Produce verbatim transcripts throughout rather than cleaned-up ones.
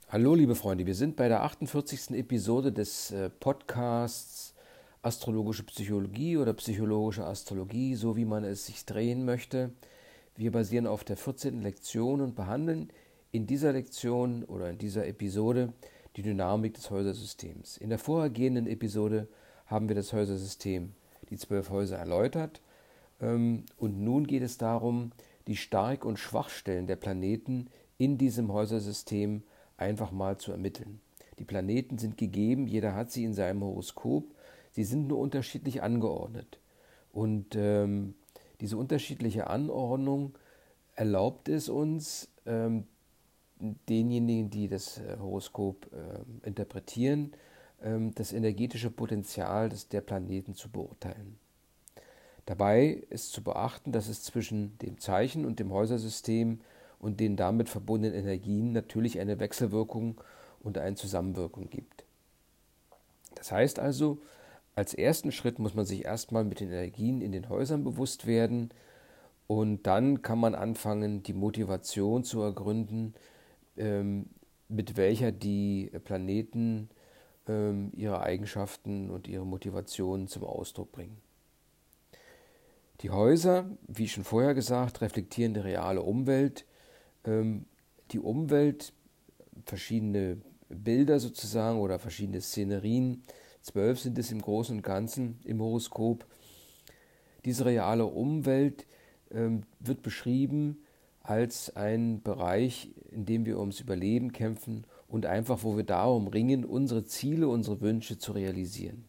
Hallo liebe Freunde, wir sind bei der achtundvierzigsten Episode des äh, Podcasts Astrologische Psychologie oder Psychologische Astrologie, so wie man es sich drehen möchte. Wir basieren auf der vierzehnten Lektion und behandeln in dieser Lektion oder in dieser Episode die Dynamik des Häusersystems. In der vorhergehenden Episode haben wir das Häusersystem, die zwölf Häuser erläutert. Ähm, und nun geht es darum, die Stark- und Schwachstellen der Planeten in diesem Häusersystem einfach mal zu ermitteln. Die Planeten sind gegeben, jeder hat sie in seinem Horoskop, sie sind nur unterschiedlich angeordnet. Und ähm, diese unterschiedliche Anordnung erlaubt es uns, ähm, denjenigen, die das äh, Horoskop äh, interpretieren, ähm, das energetische Potenzial des, der Planeten zu beurteilen. Dabei ist zu beachten, dass es zwischen dem Zeichen und dem Häusersystem und den damit verbundenen Energien natürlich eine Wechselwirkung und eine Zusammenwirkung gibt. Das heißt also, als ersten Schritt muss man sich erstmal mit den Energien in den Häusern bewusst werden und dann kann man anfangen, die Motivation zu ergründen, ähm, mit welcher die Planeten ähm, ihre Eigenschaften und ihre Motivationen zum Ausdruck bringen. Die Häuser, wie schon vorher gesagt, reflektieren die reale Umwelt. Ähm, die Umwelt, verschiedene Bilder sozusagen oder verschiedene Szenerien, zwölf sind es im Großen und Ganzen im Horoskop. Diese reale Umwelt ähm, wird beschrieben als ein Bereich, in dem wir ums Überleben kämpfen und einfach, wo wir darum ringen, unsere Ziele, unsere Wünsche zu realisieren.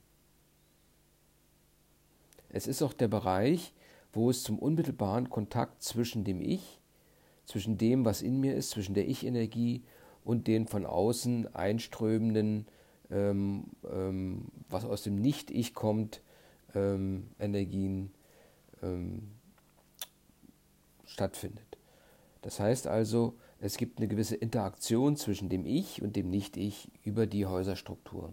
Es ist auch der Bereich, wo es zum unmittelbaren Kontakt zwischen dem Ich, zwischen dem, was in mir ist, zwischen der Ich-Energie und den von außen einströmenden, ähm, ähm, was aus dem Nicht-Ich kommt, ähm, Energien ähm, stattfindet. Das heißt also, es gibt eine gewisse Interaktion zwischen dem Ich und dem Nicht-Ich über die Häuserstrukturen.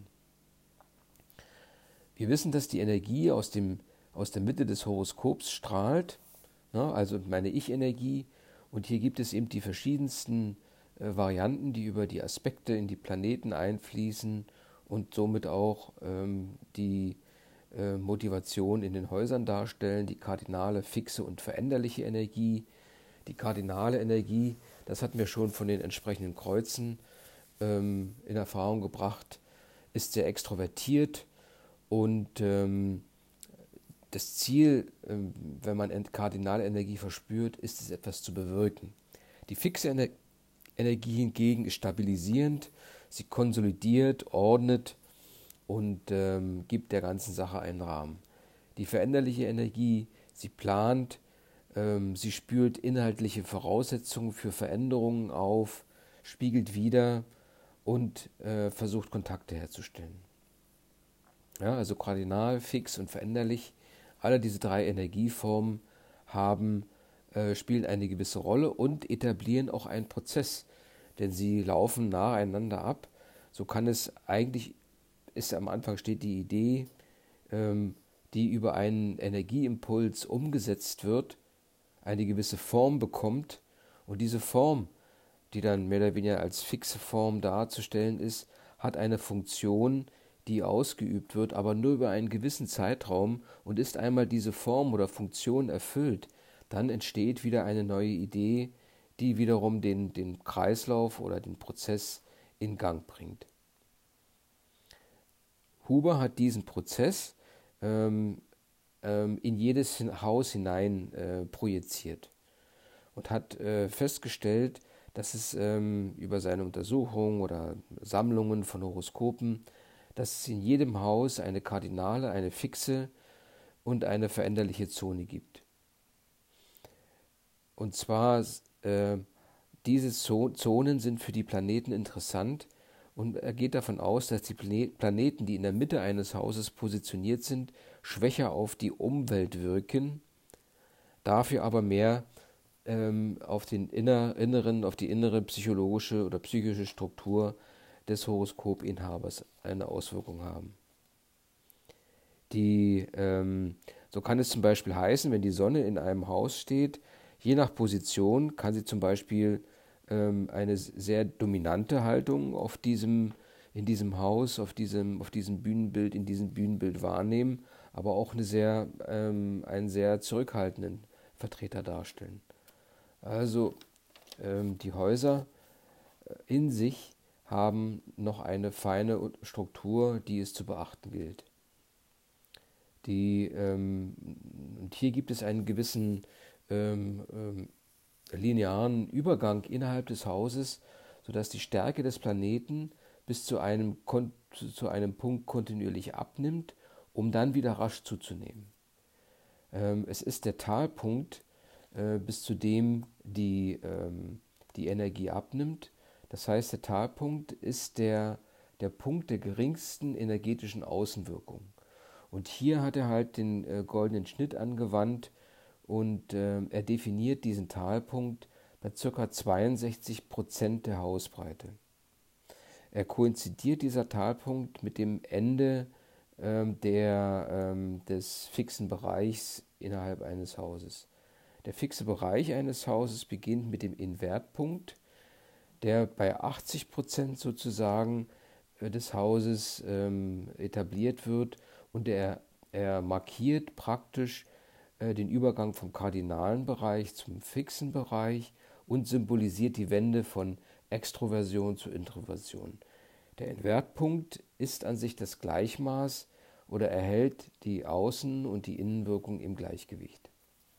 Wir wissen, dass die Energie aus, dem, aus der Mitte des Horoskops strahlt, ne, also meine Ich-Energie. Und hier gibt es eben die verschiedensten äh, Varianten, die über die Aspekte in die Planeten einfließen und somit auch ähm, die äh, Motivation in den Häusern darstellen, die kardinale, fixe und veränderliche Energie. Die kardinale Energie, das hatten wir schon von den entsprechenden Kreuzen ähm, in Erfahrung gebracht, ist sehr extrovertiert und ähm, das Ziel, ähm, wenn man Kardinalenergie verspürt, ist es, etwas zu bewirken. Die fixe Ener Energie hingegen ist stabilisierend, sie konsolidiert, ordnet und ähm, gibt der ganzen Sache einen Rahmen. Die veränderliche Energie, sie plant, ähm, sie spürt inhaltliche Voraussetzungen für Veränderungen auf, spiegelt wider und äh, versucht Kontakte herzustellen. Ja, also kardinal, fix und veränderlich. Alle diese drei Energieformen haben, äh, spielen eine gewisse Rolle und etablieren auch einen Prozess, denn sie laufen nacheinander ab. So kann es eigentlich, ist am Anfang steht die Idee, ähm, die über einen Energieimpuls umgesetzt wird, eine gewisse Form bekommt und diese Form, die dann mehr oder weniger als fixe Form darzustellen ist, hat eine Funktion, die ausgeübt wird, aber nur über einen gewissen Zeitraum und ist einmal diese Form oder Funktion erfüllt, dann entsteht wieder eine neue Idee, die wiederum den, den Kreislauf oder den Prozess in Gang bringt. Huber hat diesen Prozess ähm, ähm, in jedes Haus hinein äh, projiziert und hat äh, festgestellt, dass es ähm, über seine Untersuchungen oder Sammlungen von Horoskopen, dass es in jedem Haus eine kardinale, eine fixe und eine veränderliche Zone gibt. Und zwar, äh, diese Zonen sind für die Planeten interessant und er geht davon aus, dass die Planeten, die in der Mitte eines Hauses positioniert sind, schwächer auf die Umwelt wirken, dafür aber mehr ähm, auf den inner, inneren, auf die innere psychologische oder psychische Struktur des Horoskopinhabers eine Auswirkung haben. Die, ähm, so kann es zum Beispiel heißen, wenn die Sonne in einem Haus steht, je nach Position kann sie zum Beispiel ähm, eine sehr dominante Haltung auf diesem, in diesem Haus, auf diesem, auf diesem Bühnenbild, in diesem Bühnenbild wahrnehmen, aber auch eine sehr, ähm, einen sehr zurückhaltenden Vertreter darstellen. Also ähm, die Häuser in sich haben noch eine feine Struktur, die es zu beachten gilt. Die, ähm, und hier gibt es einen gewissen ähm, ähm, linearen Übergang innerhalb des Hauses, sodass die Stärke des Planeten bis zu einem, zu einem Punkt kontinuierlich abnimmt, um dann wieder rasch zuzunehmen. Ähm, es ist der Talpunkt, äh, bis zu dem die, ähm, die Energie abnimmt. Das heißt, der Talpunkt ist der, der Punkt der geringsten energetischen Außenwirkung. Und hier hat er halt den äh, goldenen Schnitt angewandt und äh, er definiert diesen Talpunkt bei ca. zweiundsechzig Prozent der Hausbreite. Er koinzidiert dieser Talpunkt mit dem Ende ähm, der, ähm, des fixen Bereichs innerhalb eines Hauses. Der fixe Bereich eines Hauses beginnt mit dem Invertpunkt, der bei achtzig Prozent sozusagen äh, des Hauses ähm, etabliert wird und er, er markiert praktisch äh, den Übergang vom kardinalen Bereich zum fixen Bereich und symbolisiert die Wende von Extroversion zu Introversion. Der Invertpunkt ist an sich das Gleichmaß oder erhält die Außen- und die Innenwirkung im Gleichgewicht.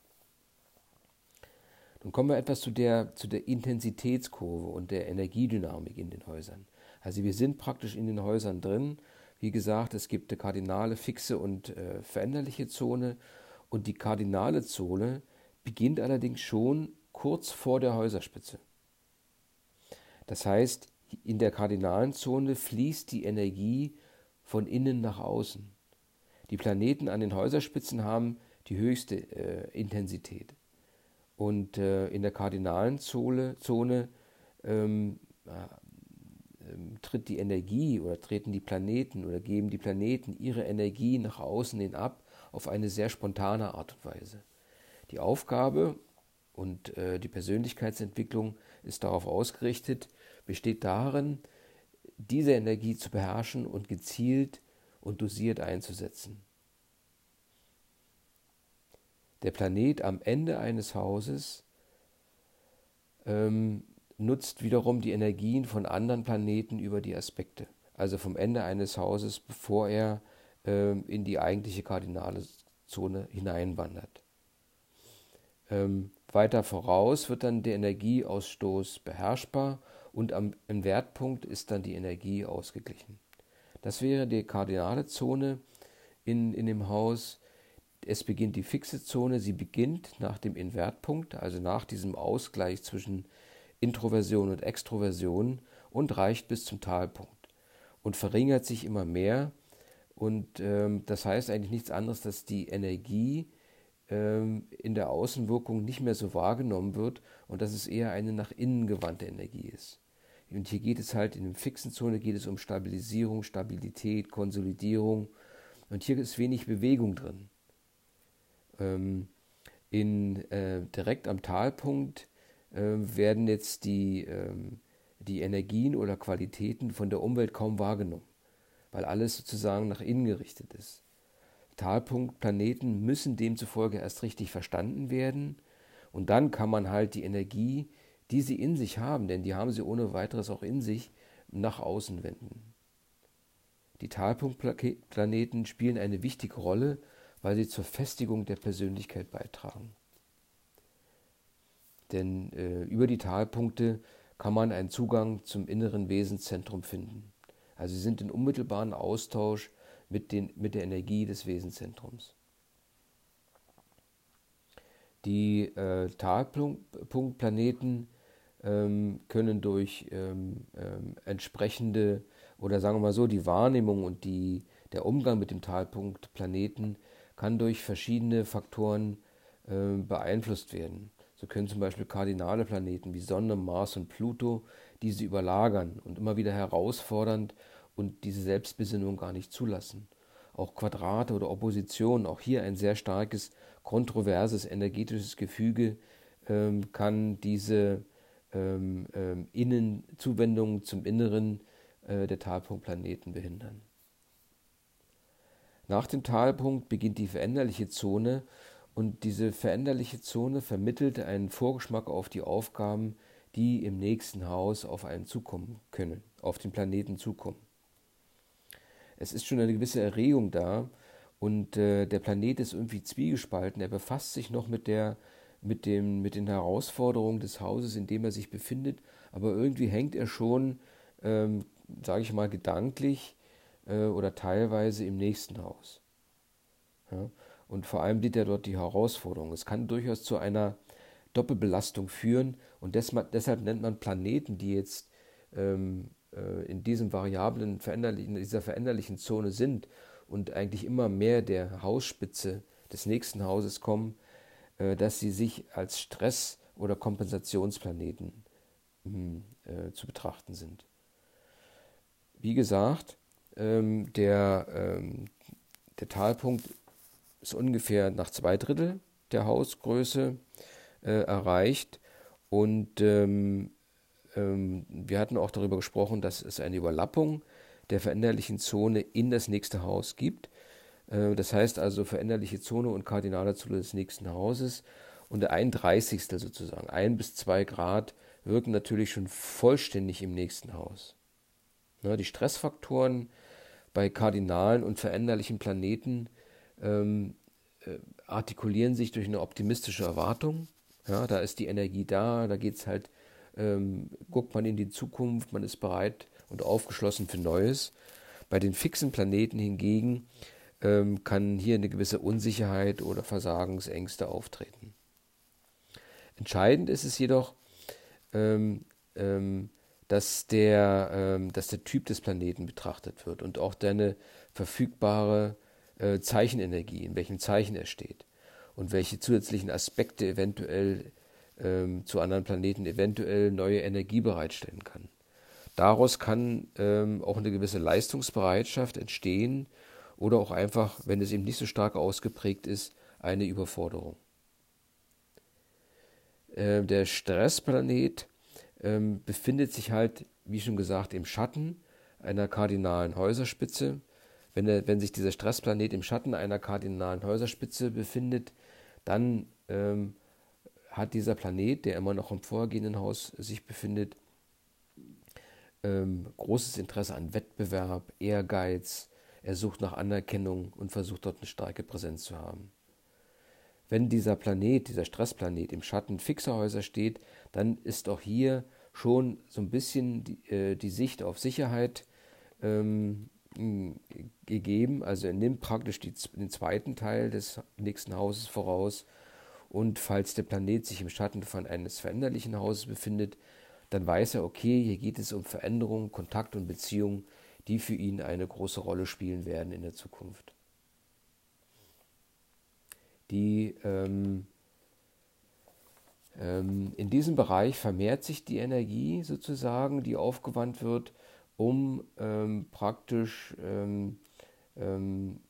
Nun kommen wir etwas zu der, zu der Intensitätskurve und der Energiedynamik in den Häusern. Also wir sind praktisch in den Häusern drin. Wie gesagt, es gibt eine kardinale, fixe und äh, veränderliche Zone. Und die kardinale Zone beginnt allerdings schon kurz vor der Häuserspitze. Das heißt, in der kardinalen Zone fließt die Energie von innen nach außen. Die Planeten an den Häuserspitzen haben die höchste äh, Intensität. Und äh, in der kardinalen Zone, Zone ähm, äh, tritt die Energie oder treten die Planeten oder geben die Planeten ihre Energie nach außen hin ab auf eine sehr spontane Art und Weise. Die Aufgabe und äh, die Persönlichkeitsentwicklung ist darauf ausgerichtet, besteht darin, diese Energie zu beherrschen und gezielt und dosiert einzusetzen. Der Planet am Ende eines Hauses ähm, nutzt wiederum die Energien von anderen Planeten über die Aspekte. Also vom Ende eines Hauses, bevor er ähm, in die eigentliche kardinale Zone hineinwandert. Ähm, weiter voraus wird dann der Energieausstoß beherrschbar und am, im Wertpunkt ist dann die Energie ausgeglichen. Das wäre die kardinale Zone in, in dem Haus. Es beginnt die fixe Zone, sie beginnt nach dem Invertpunkt, also nach diesem Ausgleich zwischen Introversion und Extroversion und reicht bis zum Talpunkt und verringert sich immer mehr. Und ähm, das heißt eigentlich nichts anderes, dass die Energie ähm, in der Außenwirkung nicht mehr so wahrgenommen wird und dass es eher eine nach innen gewandte Energie ist. Und hier geht es halt in der fixen Zone geht es um Stabilisierung, Stabilität, Konsolidierung und hier ist wenig Bewegung drin. Ähm, in, äh, direkt am Talpunkt äh, werden jetzt die, ähm, die Energien oder Qualitäten von der Umwelt kaum wahrgenommen, weil alles sozusagen nach innen gerichtet ist. Talpunktplaneten müssen demzufolge erst richtig verstanden werden und dann kann man halt die Energie, die sie in sich haben, denn die haben sie ohne weiteres auch in sich, nach außen wenden. Die Talpunktplaneten spielen eine wichtige Rolle, weil sie zur Festigung der Persönlichkeit beitragen. Denn äh, über die Talpunkte kann man einen Zugang zum inneren Wesenszentrum finden. Also sie sind in unmittelbaren Austausch mit, den, mit der Energie des Wesenszentrums. Die äh, Talpunktplaneten ähm, können durch ähm, ähm, entsprechende, oder sagen wir mal so, die Wahrnehmung und die, der Umgang mit dem Talpunktplaneten kann durch verschiedene Faktoren äh, beeinflusst werden. So können zum Beispiel kardinale Planeten wie Sonne, Mars und Pluto diese überlagern und immer wieder herausfordernd und diese Selbstbesinnung gar nicht zulassen. Auch Quadrate oder Oppositionen, auch hier ein sehr starkes, kontroverses, energetisches Gefüge ähm, kann diese ähm, ähm, Innen, Zuwendungen zum Inneren äh, der Talpunktplaneten behindern. Nach dem Talpunkt beginnt die veränderliche Zone und diese veränderliche Zone vermittelt einen Vorgeschmack auf die Aufgaben, die im nächsten Haus auf einen zukommen können, auf den Planeten zukommen. Es ist schon eine gewisse Erregung da und äh, der Planet ist irgendwie zwiegespalten. Er befasst sich noch mit der, mit dem, mit den Herausforderungen des Hauses, in dem er sich befindet, aber irgendwie hängt er schon, ähm, sage ich mal, gedanklich äh, oder teilweise im nächsten Haus. Ja? Und vor allem sieht er dort die Herausforderung. Es kann durchaus zu einer Doppelbelastung führen und deshalb, deshalb nennt man Planeten, die jetzt ähm, äh, in diesem variablen, veränderlichen, in dieser veränderlichen Zone sind und eigentlich immer mehr der Hausspitze des nächsten Hauses kommen, äh, dass sie sich als Stress- oder Kompensationsplaneten mh, äh, zu betrachten sind. Wie gesagt, ähm, der, ähm, der Talpunkt ist ungefähr nach zwei Drittel der Hausgröße äh, erreicht und ähm, ähm, wir hatten auch darüber gesprochen, dass es eine Überlappung der veränderlichen Zone in das nächste Haus gibt. Äh, das heißt also veränderliche Zone und kardinale Zone des nächsten Hauses und der einunddreißigstel sozusagen, ein bis zwei Grad wirken natürlich schon vollständig im nächsten Haus. Ja, die Stressfaktoren bei kardinalen und veränderlichen Planeten ähm, äh, artikulieren sich durch eine optimistische Erwartung. Ja, da ist die Energie da, da geht's halt, ähm, guckt man in die Zukunft, man ist bereit und aufgeschlossen für Neues. Bei den fixen Planeten hingegen ähm, kann hier eine gewisse Unsicherheit oder Versagensängste auftreten. Entscheidend ist es jedoch, ähm, ähm, dass der, ähm, dass der Typ des Planeten betrachtet wird und auch deine verfügbare äh, Zeichenenergie, in welchem Zeichen er steht und welche zusätzlichen Aspekte eventuell ähm, zu anderen Planeten eventuell neue Energie bereitstellen kann. Daraus kann ähm, auch eine gewisse Leistungsbereitschaft entstehen oder auch einfach, wenn es eben nicht so stark ausgeprägt ist, eine Überforderung. Äh, der Stressplanet ähm, befindet sich halt, wie schon gesagt, im Schatten einer kardinalen Häuserspitze. Wenn, er, wenn sich dieser Stressplanet im Schatten einer kardinalen Häuserspitze befindet, dann ähm, hat dieser Planet, der immer noch im vorhergehenden Haus sich befindet, ähm, großes Interesse an Wettbewerb, Ehrgeiz. Er sucht nach Anerkennung und versucht dort eine starke Präsenz zu haben. Wenn dieser Planet, dieser Stressplanet im Schatten fixer Häuser steht, dann ist auch hier schon so ein bisschen die, äh, die Sicht auf Sicherheit ähm, gegeben. Also er nimmt praktisch die, den zweiten Teil des nächsten Hauses voraus und falls der Planet sich im Schatten von eines veränderlichen Hauses befindet, dann weiß er, okay, hier geht es um Veränderung, Kontakt und Beziehung, die für ihn eine große Rolle spielen werden in der Zukunft. Die, ähm, ähm, in diesem Bereich vermehrt sich die Energie sozusagen, die aufgewandt wird, um ähm, praktisch ähm, ähm,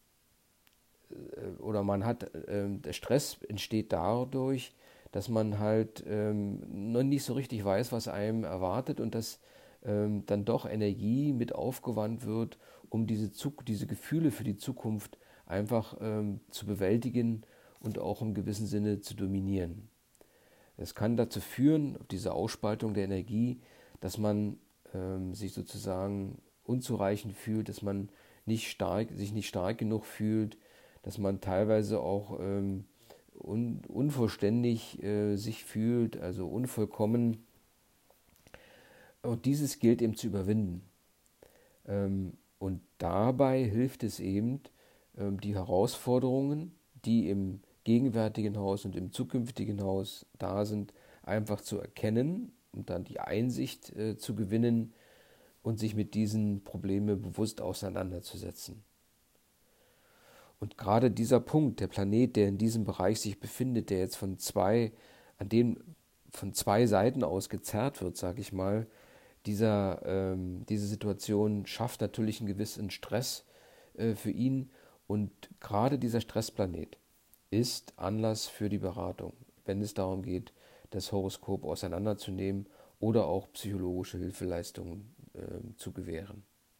oder man hat, ähm, der Stress entsteht dadurch, dass man halt ähm, noch nicht so richtig weiß, was einem erwartet und dass ähm, dann doch Energie mit aufgewandt wird, um diese, Zug diese Gefühle für die Zukunft einfach ähm, zu bewältigen und auch im gewissen Sinne zu dominieren. Es kann dazu führen, diese Ausspaltung der Energie, dass man ähm, sich sozusagen unzureichend fühlt, dass man nicht stark, sich nicht stark genug fühlt, dass man teilweise auch ähm, un, unvollständig äh, sich fühlt, also unvollkommen. Und dieses gilt eben zu überwinden. Ähm, und dabei hilft es eben, ähm, die Herausforderungen, die im gegenwärtigen Haus und im zukünftigen Haus da sind, einfach zu erkennen und dann die Einsicht äh, zu gewinnen und sich mit diesen Problemen bewusst auseinanderzusetzen. Und gerade dieser Punkt, der Planet, der in diesem Bereich sich befindet, der jetzt von zwei, an dem von zwei Seiten aus gezerrt wird, sage ich mal, dieser, ähm, diese Situation schafft natürlich einen gewissen Stress äh, für ihn. Und gerade dieser Stressplanet ist Anlass für die Beratung, wenn es darum geht, das Horoskop auseinanderzunehmen oder auch psychologische Hilfeleistungen äh, zu gewähren.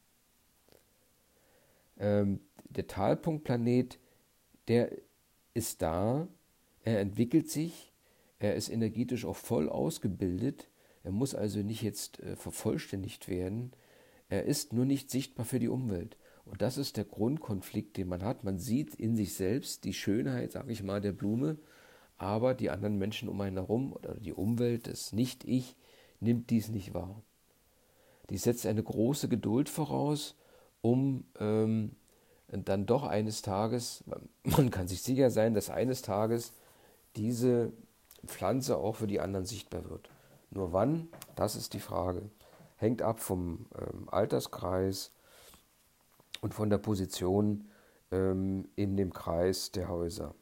Ähm, der Talpunktplanet, der ist da, er entwickelt sich, er ist energetisch auch voll ausgebildet, er muss also nicht jetzt äh, vervollständigt werden, er ist nur nicht sichtbar für die Umwelt. Und das ist der Grundkonflikt, den man hat. Man sieht in sich selbst die Schönheit, sage ich mal, der Blume, aber die anderen Menschen um einen herum oder die Umwelt, das Nicht-Ich, nimmt dies nicht wahr. Dies setzt eine große Geduld voraus, um ähm, dann doch eines Tages, man kann sich sicher sein, dass eines Tages diese Pflanze auch für die anderen sichtbar wird. Nur wann, das ist die Frage. Hängt ab vom ähm, Alterskreis und von der Position ähm, in dem Kreis der Häuser.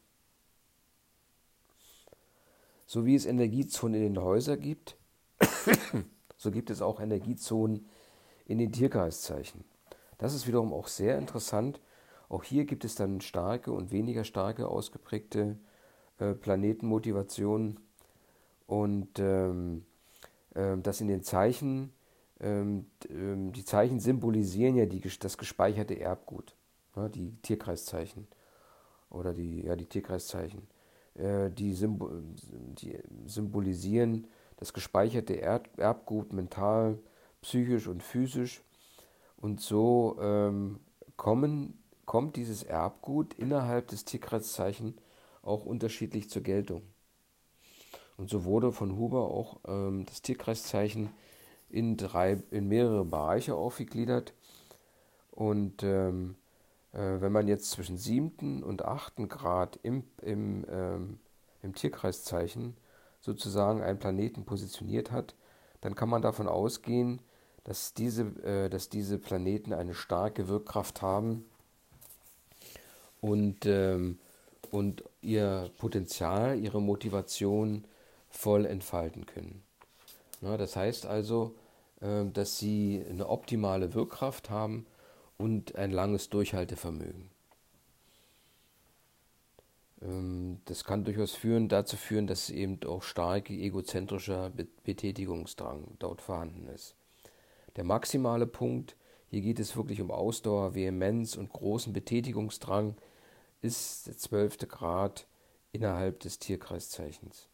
So wie es Energiezonen in den Häusern gibt, so gibt es auch Energiezonen in den Tierkreiszeichen. Das ist wiederum auch sehr interessant. Auch hier gibt es dann starke und weniger starke ausgeprägte äh, Planetenmotivationen. Und ähm, äh, das in den Zeichen, ähm, die Zeichen symbolisieren ja die, das gespeicherte Erbgut, ja, die Tierkreiszeichen oder die, ja, die Tierkreiszeichen. Äh, die, Symbol, die symbolisieren das gespeicherte Erbgut mental, psychisch und physisch. Und so ähm, kommen, kommt dieses Erbgut innerhalb des Tierkreiszeichen auch unterschiedlich zur Geltung. Und so wurde von Huber auch ähm, das Tierkreiszeichen in, drei, in mehrere Bereiche aufgegliedert. Und ähm, äh, wenn man jetzt zwischen siebten und achten Grad im, im, ähm, im Tierkreiszeichen sozusagen einen Planeten positioniert hat, dann kann man davon ausgehen, dass diese, äh, dass diese Planeten eine starke Wirkkraft haben und, ähm, und ihr Potenzial, ihre Motivation voll entfalten können. Ja, das heißt also, äh, dass sie eine optimale Wirkkraft haben und ein langes Durchhaltevermögen. Ähm, das kann durchaus führen, dazu führen, dass eben auch starker egozentrischer Betätigungsdrang dort vorhanden ist. Der maximale Punkt, hier geht es wirklich um Ausdauer, Vehemenz und großen Betätigungsdrang, ist der zwölfte Grad innerhalb des Tierkreiszeichens.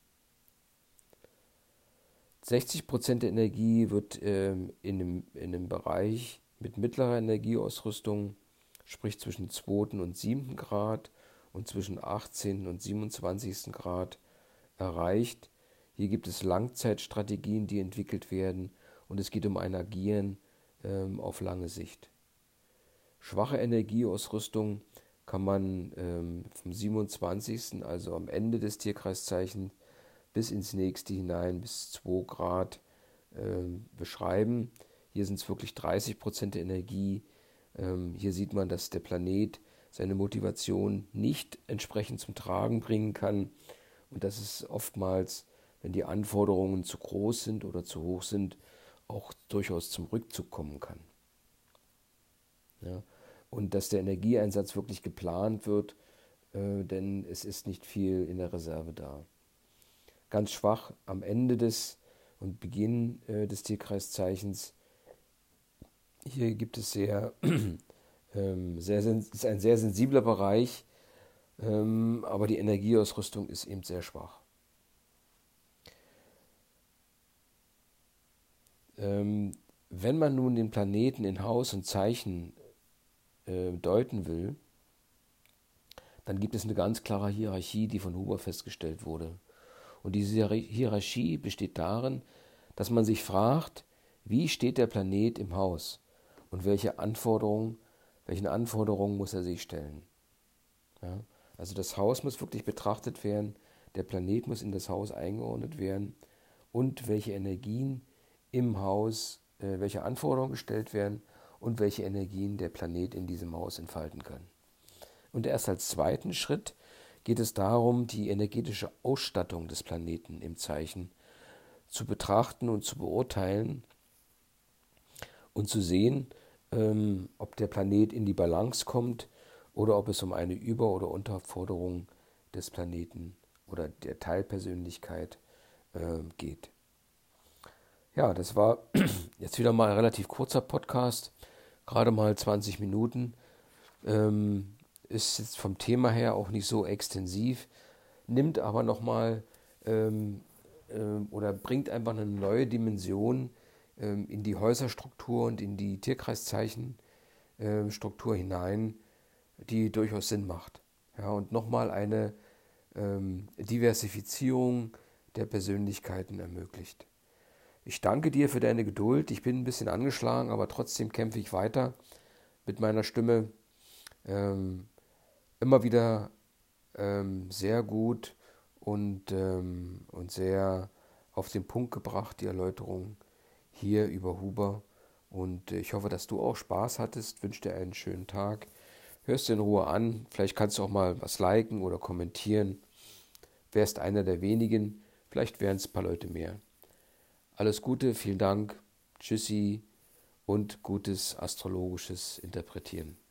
sechzig Prozent der Energie wird ähm, in, einem, in einem Bereich mit mittlerer Energieausrüstung, sprich zwischen zweiten und siebten Grad und zwischen achtzehnten und siebenundzwanzigsten Grad erreicht. Hier gibt es Langzeitstrategien, die entwickelt werden und es geht um ein Agieren ähm, auf lange Sicht. Schwache Energieausrüstung kann man ähm, vom siebenundzwanzigsten, also am Ende des Tierkreiszeichens, bis ins nächste hinein, bis zwei Grad ähm, beschreiben. Hier sind es wirklich dreißig Prozent der Energie. Ähm, hier sieht man, dass der Planet seine Motivation nicht entsprechend zum Tragen bringen kann und dass es oftmals, wenn die Anforderungen zu groß sind oder zu hoch sind, auch durchaus zum Rückzug kommen kann. Ja? Und dass der Energieeinsatz wirklich geplant wird, äh, denn es ist nicht viel in der Reserve da. Ganz schwach am Ende des und Beginn äh, des Tierkreiszeichens. Hier gibt es sehr, ähm, sehr, ist ein sehr sensibler Bereich, ähm, aber die Energieausrüstung ist eben sehr schwach. Ähm, wenn man nun den Planeten in Haus und Zeichen äh, deuten will, dann gibt es eine ganz klare Hierarchie, die von Huber festgestellt wurde. Und diese Hierarchie besteht darin, dass man sich fragt, wie steht der Planet im Haus und welche Anforderungen, welchen Anforderungen muss er sich stellen. Ja? Also das Haus muss wirklich betrachtet werden, der Planet muss in das Haus eingeordnet werden und welche Energien im Haus, äh, welche Anforderungen gestellt werden und welche Energien der Planet in diesem Haus entfalten kann. Und erst als zweiten Schritt geht es darum, die energetische Ausstattung des Planeten im Zeichen zu betrachten und zu beurteilen und zu sehen, ähm, ob der Planet in die Balance kommt oder ob es um eine Über- oder Unterforderung des Planeten oder der Teilpersönlichkeit äh, geht. Ja, das war jetzt wieder mal ein relativ kurzer Podcast, gerade mal zwanzig Minuten. Ähm, ist jetzt vom Thema her auch nicht so extensiv, nimmt aber nochmal ähm, ähm, oder bringt einfach eine neue Dimension ähm, in die Häuserstruktur und in die Tierkreiszeichenstruktur ähm, hinein, die durchaus Sinn macht. Ja, und nochmal eine ähm, Diversifizierung der Persönlichkeiten ermöglicht. Ich danke dir für deine Geduld. Ich bin ein bisschen angeschlagen, aber trotzdem kämpfe ich weiter mit meiner Stimme. Ähm, immer wieder ähm, sehr gut und, ähm, und sehr auf den Punkt gebracht, die Erläuterung hier über Huber. Und äh, ich hoffe, dass du auch Spaß hattest. Wünsche dir einen schönen Tag. Hörst dir in Ruhe an. Vielleicht kannst du auch mal was liken oder kommentieren. Wärst einer der wenigen. Vielleicht wären es ein paar Leute mehr. Alles Gute, vielen Dank. Tschüssi und gutes astrologisches Interpretieren.